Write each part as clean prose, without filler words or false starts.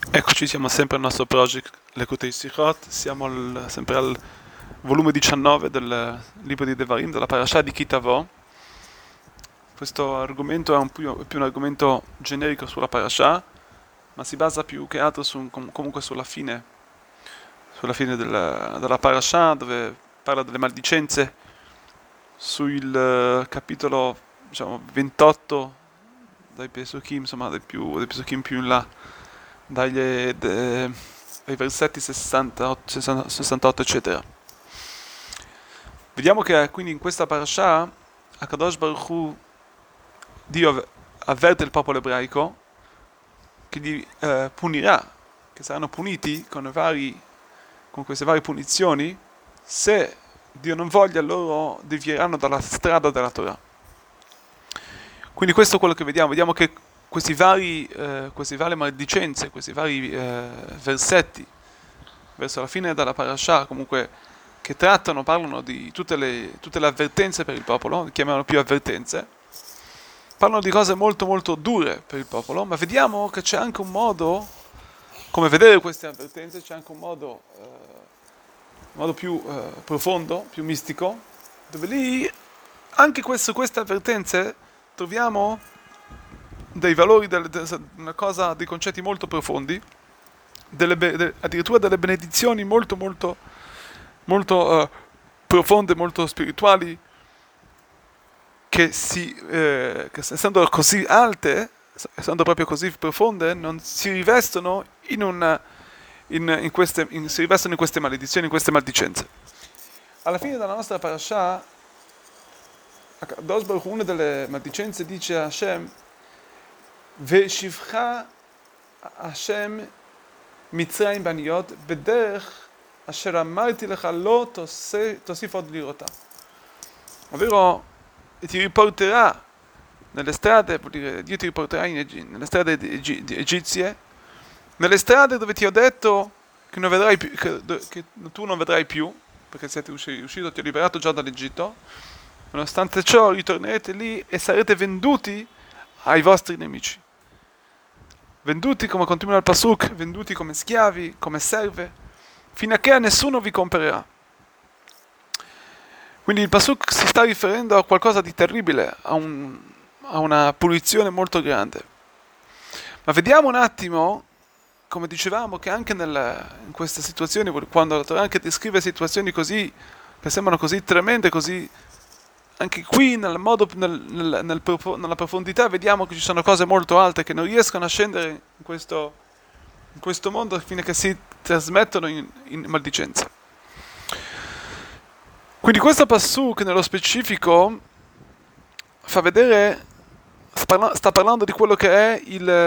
Eccoci, siamo sempre al nostro project Lekutei Sichot, siamo sempre al volume 19 del libro di Devarim, della parasha di Kitavo. Questo argomento è più un argomento generico sulla parasha, ma si basa più che altro comunque sulla fine della parasha, dove parla delle maldicenze, sul capitolo, diciamo, 28 dai Pesukim, insomma, dai Pesukim più in là, dai versetti 68, eccetera. Vediamo che quindi in questa parasha Akadosh Baruch Hu, Dio avverte il popolo ebraico che li punirà, che saranno puniti con queste varie punizioni se Dio non voglia, loro devieranno dalla strada della Torah. Quindi questo è quello che vediamo che queste varie maldicenze, questi vari versetti verso la fine della parasha, comunque, che parlano di tutte le avvertenze per il popolo, li chiamano più avvertenze, parlano di cose molto molto dure per il popolo, ma vediamo che c'è anche un modo, come vedere queste avvertenze, c'è anche un modo più profondo, più mistico, dove lì, anche queste avvertenze, troviamo dei valori, dei concetti molto profondi, addirittura delle benedizioni molto molto molto profonde, molto spirituali, che essendo così alte, essendo proprio così profonde, non si rivestono si rivestono in queste maledizioni, in queste maldicenze. Alla fine della nostra parasha, una delle maldicenze dice a Hashem: Veshivcha Hashem Mitzrayim baniot bederech asher amarti lecha lo tosif od lirota. Ovvero, ti riporterà nelle strade, vuol dire Dio ti riporterà nelle strade egizie, nelle strade dove ti ho detto che tu non vedrai più, perché siete uscito, ti ho liberato già dall'Egitto. Nonostante ciò ritornerete lì e sarete venduti ai vostri nemici. Venduti, come continua il Pasuk, venduti come schiavi, come serve, fino a che nessuno vi comprerà. Quindi il Pasuk si sta riferendo a qualcosa di terribile, a una punizione molto grande. Ma vediamo un attimo, come dicevamo, che anche in queste situazioni, quando la Torah anche descrive situazioni così, che sembrano così tremende, così, anche qui nella profondità vediamo che ci sono cose molto alte che non riescono a scendere in questo mondo fino a che si trasmettono in maldicenza. Quindi questo Pasuk nello specifico fa vedere, sta parlando di quello che è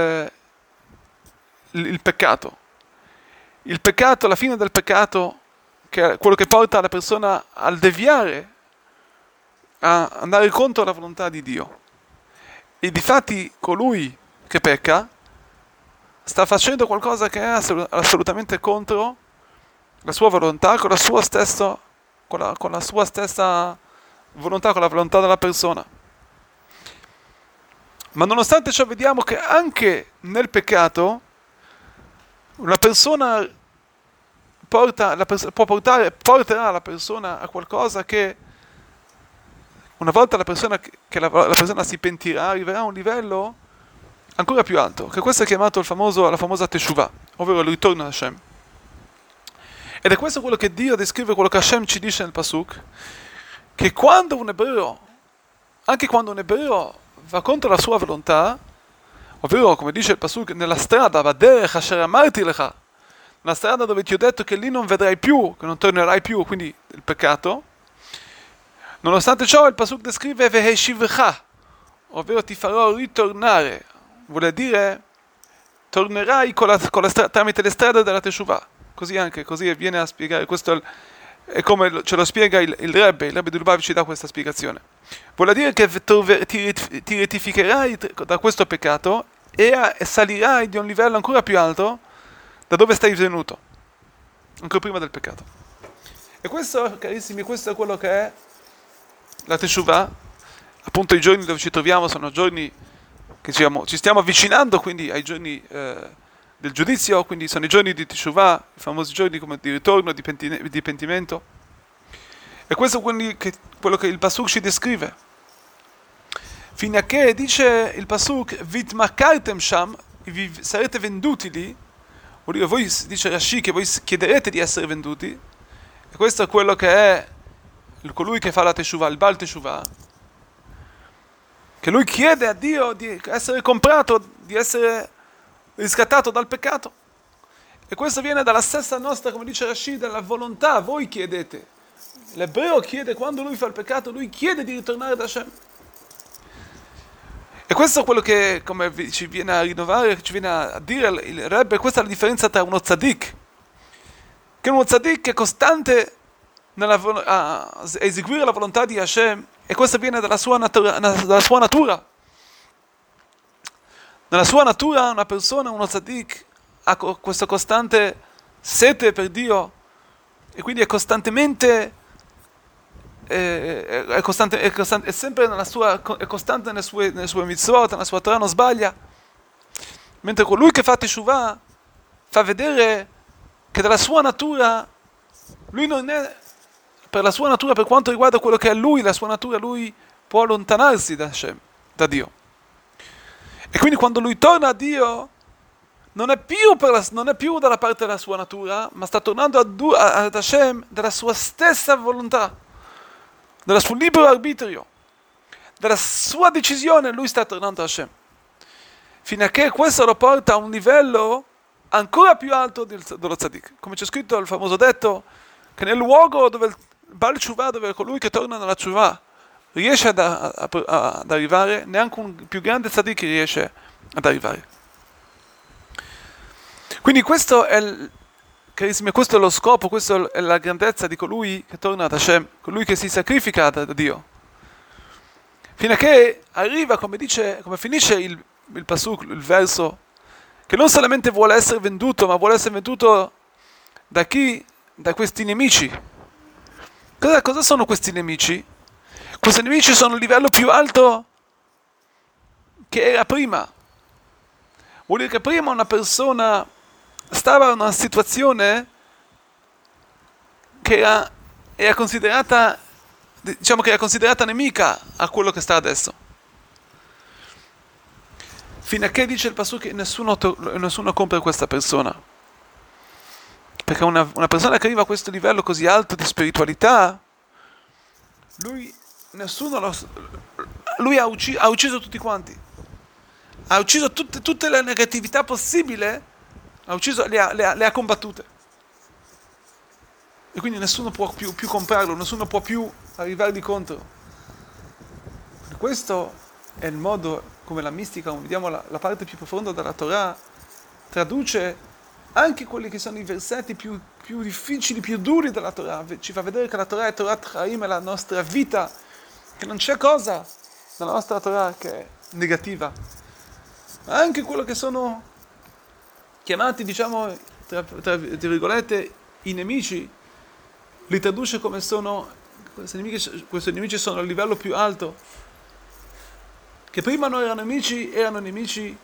il peccato. Il peccato, la fine del peccato, che è quello che porta la persona al deviare, a andare contro la volontà di Dio. E difatti colui che pecca sta facendo qualcosa che è assolutamente contro la sua volontà, con la sua stessa volontà, con la volontà della persona. Ma nonostante ciò vediamo che anche nel peccato una persona porterà la persona a qualcosa che, una volta la persona si pentirà, arriverà a un livello ancora più alto, che questo è chiamato la famosa Teshuvah, ovvero il ritorno a Hashem. Ed è questo quello che Dio descrive, quello che Hashem ci dice nel Pasuk, che anche quando un ebreo va contro la sua volontà, ovvero, come dice il Pasuk, nella strada, Baderech asher amarti lecha, nella strada dove ti ho detto che lì non vedrai più, che non tornerai più, quindi il peccato, nonostante ciò il Pasuk descrive Veheshivcha, ovvero ti farò ritornare, vuol dire tornerai tramite le strade della Teshuvah. Così viene a spiegare, questo è come ce lo spiega il Rebbe di Lubavitch ci dà questa spiegazione. Vuol dire che ti rettificherai da questo peccato e salirai di un livello ancora più alto da dove stai venuto, ancora prima del peccato. E questo, carissimi, questo è quello che è la Teshuvah. Appunto i giorni dove ci troviamo sono giorni che ci stiamo avvicinando quindi ai giorni del giudizio, quindi sono i giorni di Teshuvah, i famosi giorni come di ritorno, di pentimento. E questo è quello che il Pasuk ci descrive. Fino a che dice il Pasuk, Vitmakartem sham, vi sarete venduti lì, vuol dire voi, dice Rashi, che voi chiederete di essere venduti, e questo è quello che è colui che fa la Teshuvah, il Baal Teshuvah, che lui chiede a Dio di essere comprato, di essere riscattato dal peccato. E questo viene dalla stessa nostra, come dice Rashi, dalla volontà. Voi chiedete. L'ebreo chiede, quando lui fa il peccato, lui chiede di ritornare da Hashem. E questo è quello che, come ci viene a rinnovare, ci viene a dire il Rebbe, questa è la differenza tra uno tzaddik, che uno tzaddik è costante a eseguire la volontà di Hashem, e questo viene dalla sua natura. Nella sua natura una persona, uno tzaddik, ha questa costante sete per Dio, e quindi è costantemente è sempre è costante nelle sue mitzvot, nella sua Torah, non sbaglia. Mentre colui che fa Teshuvah fa vedere che dalla sua natura lui non è, per la sua natura, per quanto riguarda quello che è lui, la sua natura, lui può allontanarsi da Hashem, da Dio. E quindi quando lui torna a Dio non è più dalla parte della sua natura, ma sta tornando ad Hashem dalla sua stessa volontà, dal suo libero arbitrio, dalla sua decisione. Lui sta tornando a Hashem, fino a che questo lo porta a un livello ancora più alto dello tzaddik. Come c'è scritto il famoso detto, che nel luogo dove il Baal Teshuvah, dove colui che torna nella Teshuvah riesce ad arrivare, neanche un più grande tzaddik riesce ad arrivare. Quindi questo è questo è lo scopo, questa è la grandezza di colui che torna ad Hashem, colui che si sacrifica da Dio, fino a che arriva, come finisce il pasuk, il verso, che non solamente vuole essere venduto, ma vuole essere venduto da chi? Da questi nemici. Cosa sono questi nemici? Questi nemici sono il livello più alto che era prima. Vuol dire che prima una persona stava in una situazione che era considerata, diciamo che era considerata nemica a quello che sta adesso. Fino a che dice il pasuk che nessuno compra questa persona. Perché una persona che arriva a questo livello così alto di spiritualità, lui ha ucciso tutti quanti. Ha ucciso tutte le negatività possibili, le ha combattute. E quindi nessuno può più comprarlo, nessuno può più arrivargli contro. Questo è il modo come la mistica, come vediamo la parte più profonda della Torah, traduce anche quelli che sono i versetti più difficili, più duri della Torah. Ci fa vedere che la Torah è Torat Chaim, è la nostra vita, che non c'è cosa nella nostra Torah che è negativa. Ma anche quello che sono chiamati, diciamo, tra virgolette, i nemici, li traduce come questi nemici sono a livello più alto, che prima non erano nemici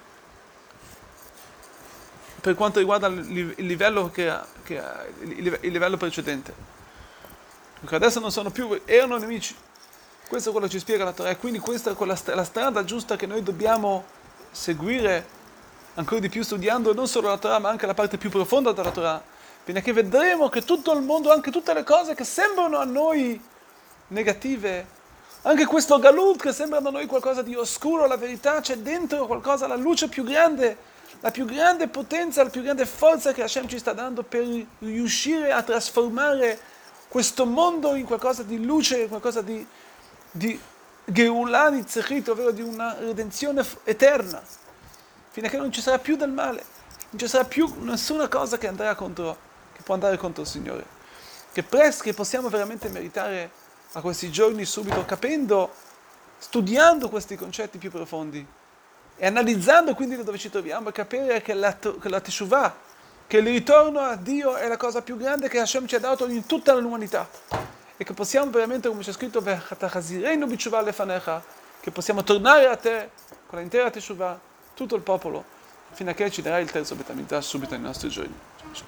per quanto riguarda il livello il livello precedente, perché adesso non sono più, erano nemici. Questo è quello che ci spiega la Torah, e quindi questa è la strada giusta che noi dobbiamo seguire ancora di più, studiando non solo la Torah ma anche la parte più profonda della Torah, fino a che vedremo che tutto il mondo, anche tutte le cose che sembrano a noi negative, anche questo galut che sembra a noi qualcosa di oscuro, la verità c'è dentro qualcosa, la luce più grande, la più grande potenza, la più grande forza che Hashem ci sta dando per riuscire a trasformare questo mondo in qualcosa di luce, in qualcosa di Geulah Nitzachit, ovvero di una redenzione eterna, fino a che non ci sarà più del male, non ci sarà più nessuna cosa che può andare contro il Signore, che possiamo veramente meritare a questi giorni subito, studiando questi concetti più profondi e analizzando quindi da dove ci troviamo, e capire che la Teshuvah, che il ritorno a Dio è la cosa più grande che Hashem ci ha dato in tutta l'umanità, e che possiamo veramente, come c'è scritto, che possiamo tornare a te con l'intera Teshuvah, tutto il popolo, fino a che ci darà il terzo Betamigdash subito nei nostri giorni.